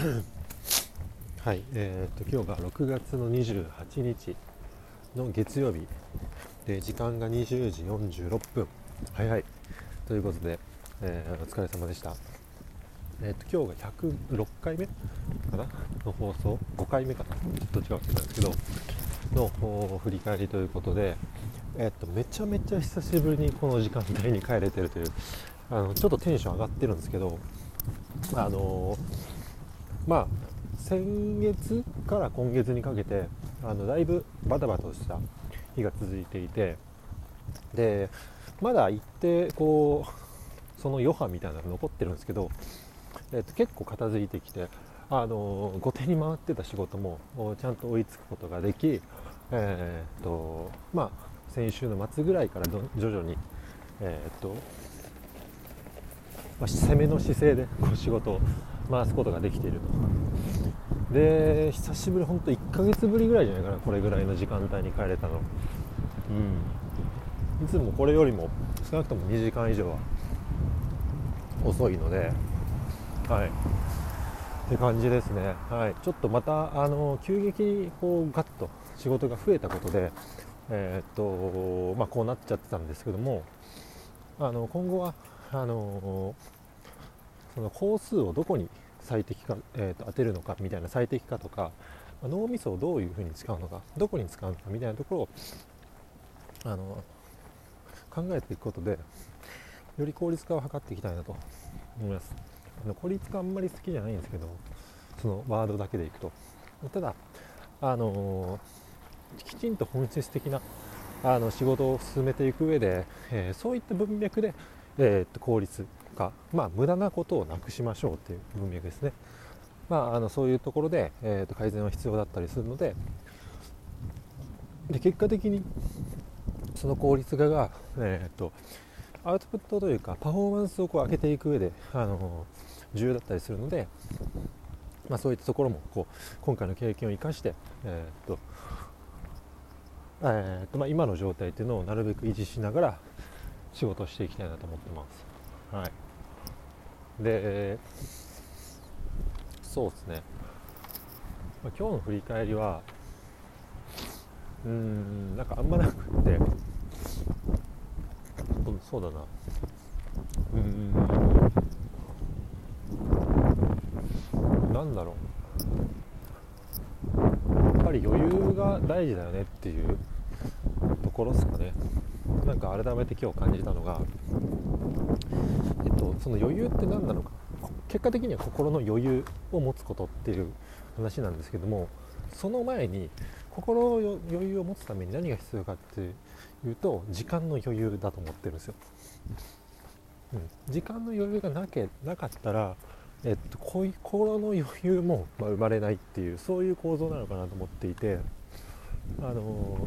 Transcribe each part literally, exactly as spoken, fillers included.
はい、えー、っと今日がろくがつのにじゅうはちにちの月曜日で、時間がにじゅうじよんじゅうろっぷん。早いということで、えー、お疲れ様でした。えー、っと今日がひゃくろっかいめかなの放送、ごかいめかな、ちょっと違うんですけどの振り返りということで、えー、っとめちゃめちゃ久しぶりにこの時間帯に帰れてるという、あのちょっとテンション上がってるんですけど、あのー、まあ先月から今月にかけてあのだいぶバタバタとした日が続いていて、でまだ一定こうその余波みたいなのが残ってるんですけど、えー、と結構片付いてきて、あのー、後手に回ってた仕事もちゃんと追いつくことができ、えーとまあ、先週の末ぐらいからど徐々に、えーとまあ、攻めの姿勢でこう仕事を回すことができていると。で久しぶり、ほんといっかげつぶりぐらいじゃないかな、これぐらいの時間帯に帰れたの。うんいつもこれよりも少なくともにじかん以上は遅いので、はいって感じですね。はい、ちょっとまたあの急激にこうガッと仕事が増えたことで、えー、っとまあこうなっちゃってたんですけども、あの今後はあのその工数をどこに最適化、えー、と当てるのかみたいな最適化とか、脳みそをどういうふうに使うのか、どこに使うのかみたいなところをあの考えていくことで、より効率化を図っていきたいなと思います。あの効率化あんまり好きじゃないんですけど、そのワードだけでいくと、ただあのきちんと本質的なあの仕事を進めていく上で、えー、そういった文脈で、えー、っと効率化、まあ、無駄なことをなくしましょうっていう文脈ですね。まあ、あのそういうところで、えー、と改善は必要だったりするので、で結果的にその効率化が、えー、とアウトプットというかパフォーマンスをこう上げていく上で、あの重要だったりするので、まあ、そういったところもこう今回の経験を生かして、えーとえーとまあ、今の状態っていうのをなるべく維持しながら仕事をしていきたいなと思ってます。はい、でそうですね、まあ、今日の振り返りはうーんなんかあんまなくって、そうだなうーんなんだろう、やっぱり余裕が大事だよねっていうところですかね。なんか改めて今日感じたのが、えっと、その余裕って何なのか、結果的には心の余裕を持つことっていう話なんですけども、その前に心の余裕を持つために何が必要かっていうと、時間の余裕だと思ってるんですよ。うん、時間の余裕がなけなかったら、えっと、こういう心の余裕も、まあ、生まれないっていう、そういう構造なのかなと思っていて、あの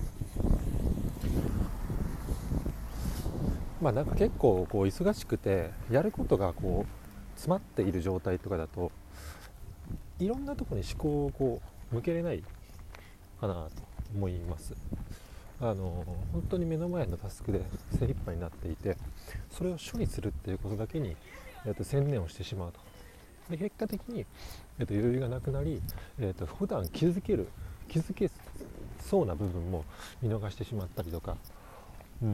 ー、まあなんか結構こう忙しくてやることがこう詰まっている状態とかだと、いろんなところに思考をこう向けれないかなと思います。あの本当に目の前のタスクで精一杯になっていて、それを処理するっていうことだけに、えー、と専念をしてしまうと。で結果的に、えー、と余裕がなくなり、えー、と普段気づける気づけそうな部分も見逃してしまったりとか、うん、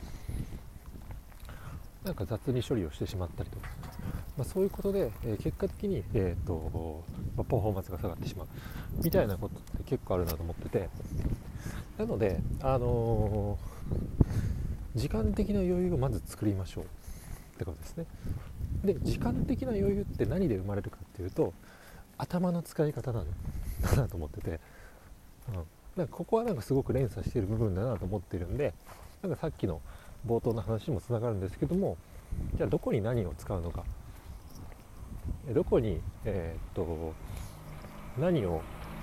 なんか雑に処理をしてしまったりとか、まあ、そういうことで、えー、結果的に、えーとまあ、パフォーマンスが下がってしまうみたいなことって結構あるなと思ってて、なので、あのー、時間的な余裕をまず作りましょうってことですね。で時間的な余裕って何で生まれるかっていうと、頭の使い方なのだなと思ってて、うん、なんかここはなんかすごく連鎖している部分だなと思っているんで、なんかさっきの冒頭の話にもつながるんですけども、じゃあどこに何を使うのか、どこに、えー、っと何を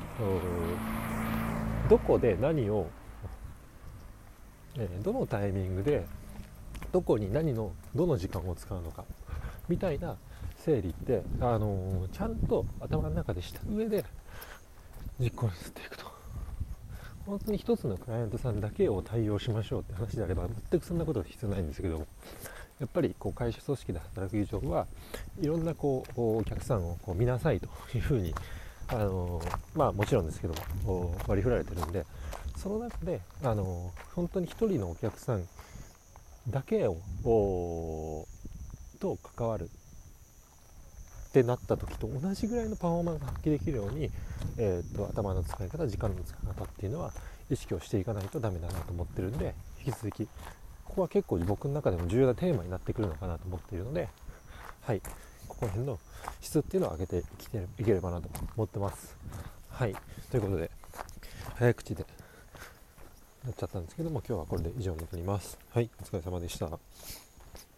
どこで何を、えー、どのタイミングでどこに何のどの時間を使うのかみたいな整理って、あのー、ちゃんと頭の中でした上で実行に移っていくと。本当に一つのクライアントさんだけを対応しましょうって話であれば全くそんなことは必要ないんですけど、 やっぱりこう会社組織で働く以上はいろんなこうお客さんをこう見なさいというふうに、あのまあもちろんですけども割り振られてるんで、その中で、あの本当に一人のお客さんだけをと関わるってなった時と同じぐらいのパフォーマンスを発揮できるように、えー、と頭の使い方、時間の使い方っていうのは意識をしていかないとダメだなと思ってるんで、引き続きここは結構僕の中でも重要なテーマになってくるのかなと思っているので、はい、ここら辺の質っていうのを上げてきていければなと思ってます。はい、ということで早口でなっちゃったんですけども、今日はこれで以上になります。はい、お疲れ様でした。